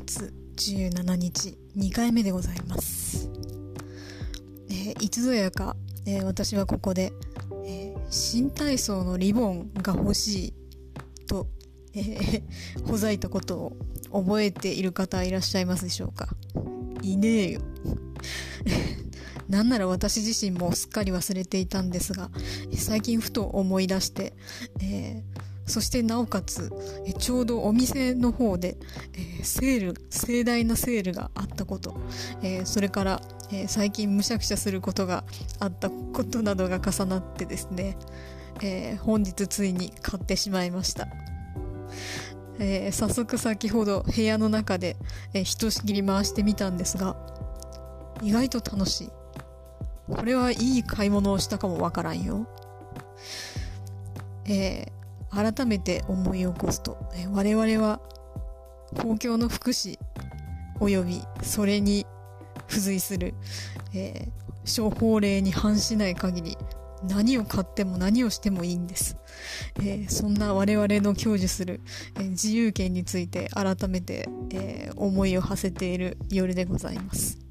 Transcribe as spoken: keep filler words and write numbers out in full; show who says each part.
Speaker 1: つじゅうしちにちにかいめでございます。えー、いつぞやか、えー、私はここで、えー、新体操のリボンが欲しいと、えー、ほざいたことを覚えている方いらっしゃいますでしょうか。いねえよなんなら私自身もすっかり忘れていたんですが、最近ふと思い出して、えー、そしてなおかつえちょうどお店の方で、えー、セール盛大なセールがあったこと、えー、それから、えー、最近むしゃくしゃすることがあったことなどが重なってですね、えー、本日ついに買ってしまいました。えー、早速先ほど部屋の中で、えー、ひとしきり回してみたんですが、意外と楽しい。これはいい買い物をしたかもわからんよ。えー、改めて思い起こすと、えー、我々は公共の福祉およびそれに付随する、えー、処方令に反しない限り何を買っても何をしてもいいんです。えー、そんな我々の享受する、えー、自由権について改めて、えー、思いを馳せている夜でございます。